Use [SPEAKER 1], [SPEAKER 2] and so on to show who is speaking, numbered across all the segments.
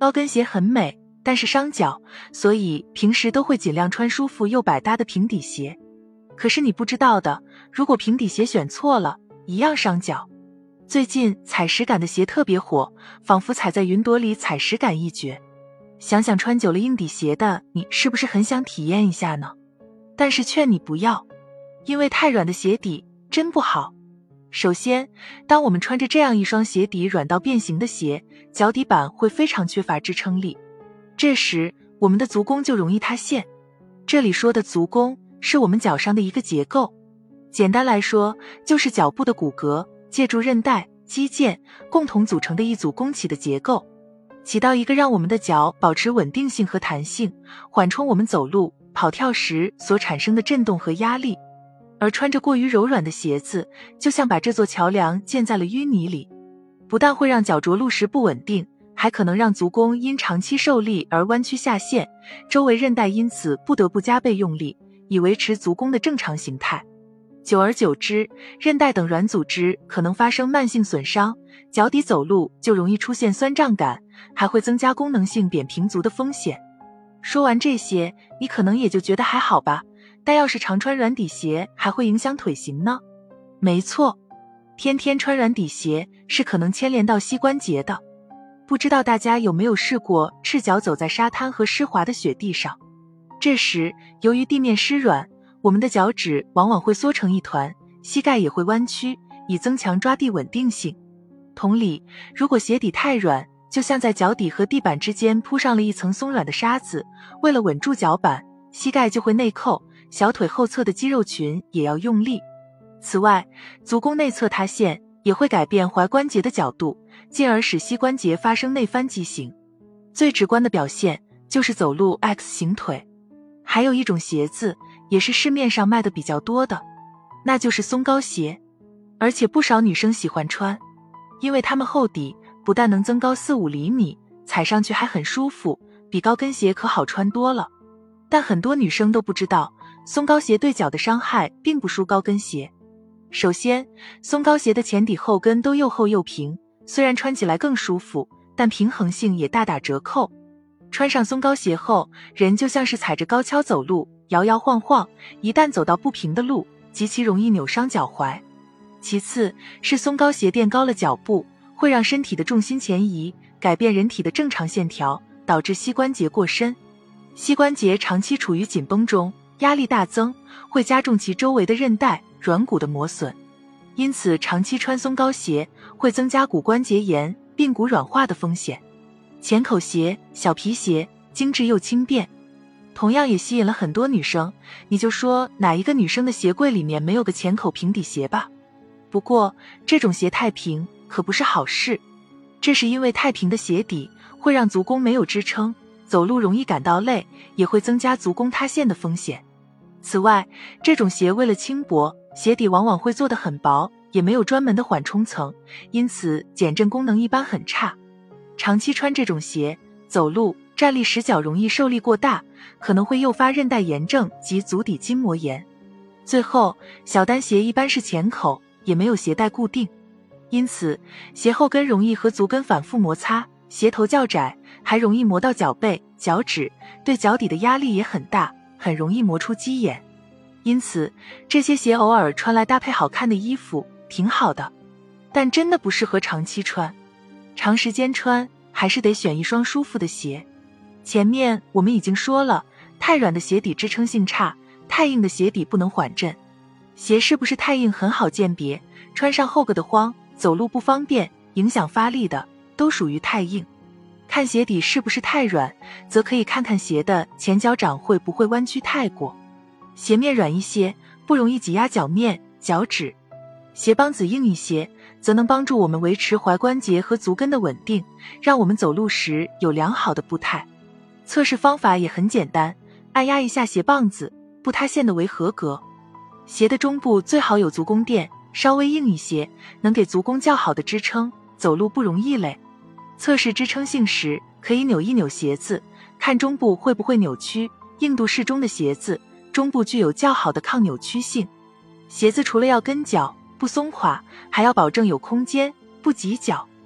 [SPEAKER 1] 高跟鞋很美，但是伤脚，所以平时都会尽量穿舒服又百搭的平底鞋。可是你不知道的，如果平底鞋选错了，一样伤脚。最近踩石感的鞋特别火，仿佛踩在云朵里踩石感一绝。想想穿久了硬底鞋的你，是不是很想体验一下呢？但是劝你不要，因为太软的鞋底真不好。首先，当我们穿着这样一双鞋底软到变形的鞋，脚底板会非常缺乏支撑力，这时我们的足弓就容易塌陷。这里说的足弓是我们脚上的一个结构，简单来说就是脚部的骨骼借助韧带、肌腱共同组成的一组弓起的结构，起到一个让我们的脚保持稳定性和弹性，缓冲我们走路、跑跳时所产生的震动和压力。而穿着过于柔软的鞋子，就像把这座桥梁建在了淤泥里，不但会让脚着陆时不稳定，还可能让足弓因长期受力而弯曲下陷，周围韧带因此不得不加倍用力，以维持足弓的正常形态。久而久之，韧带等软组织可能发生慢性损伤，脚底走路就容易出现酸胀感，还会增加功能性扁平足的风险。说完这些，你可能也就觉得还好吧，但要是常穿软底鞋，还会影响腿型呢。没错，天天穿软底鞋是可能牵连到膝关节的。不知道大家有没有试过赤脚走在沙滩和湿滑的雪地上？这时，由于地面湿软，我们的脚趾往往会缩成一团，膝盖也会弯曲，以增强抓地稳定性。同理，如果鞋底太软，就像在脚底和地板之间铺上了一层松软的沙子，为了稳住脚板，膝盖就会内扣，小腿后侧的肌肉群也要用力。此外，足弓内侧塌陷也会改变踝关节的角度，进而使膝关节发生内翻畸形。最直观的表现就是走路 X 型腿。还有一种鞋子也是市面上卖的比较多的，那就是松糕鞋，而且不少女生喜欢穿，因为它们厚底不但能增高4-5厘米，踩上去还很舒服，比高跟鞋可好穿多了。但很多女生都不知道，松糕鞋对脚的伤害并不输高跟鞋。首先，松糕鞋的前底后跟都又厚又平，虽然穿起来更舒服，但平衡性也大打折扣。穿上松糕鞋后，人就像是踩着高跷走路，摇摇晃晃，一旦走到不平的路，极其容易扭伤脚踝。其次是松糕鞋垫高了脚部，会让身体的重心前移，改变人体的正常线条，导致膝关节过深。膝关节长期处于紧绷中，压力大增，会加重其周围的韧带、软骨的磨损。因此，长期穿松糕鞋会增加骨关节炎、髌骨软化的风险。浅口鞋、小皮鞋，精致又轻便，同样也吸引了很多女生。你就说哪一个女生的鞋柜里面没有个浅口平底鞋吧？不过，这种鞋太平可不是好事，这是因为太平的鞋底会让足弓没有支撑，走路容易感到累，也会增加足弓塌陷的风险。此外，这种鞋为了轻薄，鞋底往往会做得很薄，也没有专门的缓冲层，因此减震功能一般很差。长期穿这种鞋，走路、站立时脚容易受力过大，可能会诱发韧带炎症及足底筋膜炎。最后，小单鞋一般是浅口，也没有鞋带固定，因此鞋后跟容易和足跟反复摩擦，鞋头较窄，还容易磨到脚背、脚趾，对脚底的压力也很大，很容易磨出鸡眼。因此，这些鞋偶尔穿来搭配好看的衣服挺好的，但真的不适合长期穿。长时间穿还是得选一双舒服的鞋。前面我们已经说了，太软的鞋底支撑性差，太硬的鞋底不能缓震。鞋是不是太硬很好鉴别，穿上后硌得慌，走路不方便，影响发力的，都属于太硬。看鞋底是不是太软，则可以看看鞋的前脚掌会不会弯曲太过。鞋面软一些，不容易挤压脚面、脚趾；鞋帮子硬一些，则能帮助我们维持踝关节和足跟的稳定，让我们走路时有良好的步态。测试方法也很简单，按压一下鞋棒子，不塌陷的为合格。鞋的中部最好有足弓垫，稍微硬一些，能给足弓较好的支撑，走路不容易累。测试支撑性时，可以扭一扭鞋子，看中部会不会扭曲，硬度适中的鞋子，中部具有较好的抗扭曲性。鞋子除了要跟脚不松垮，还要保证有空间，不挤脚。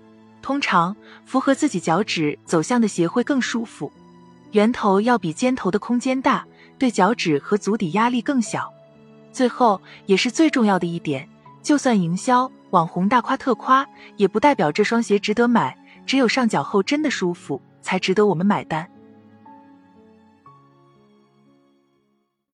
[SPEAKER 1] 通常符合自己脚趾走向的鞋会更舒服，圆头要比尖头的空间大，对脚趾和足底压力更小。最后也是最重要的一点，就算营销网红大夸特夸，也不代表这双鞋值得买，只有上脚后真的舒服，才值得我们买单。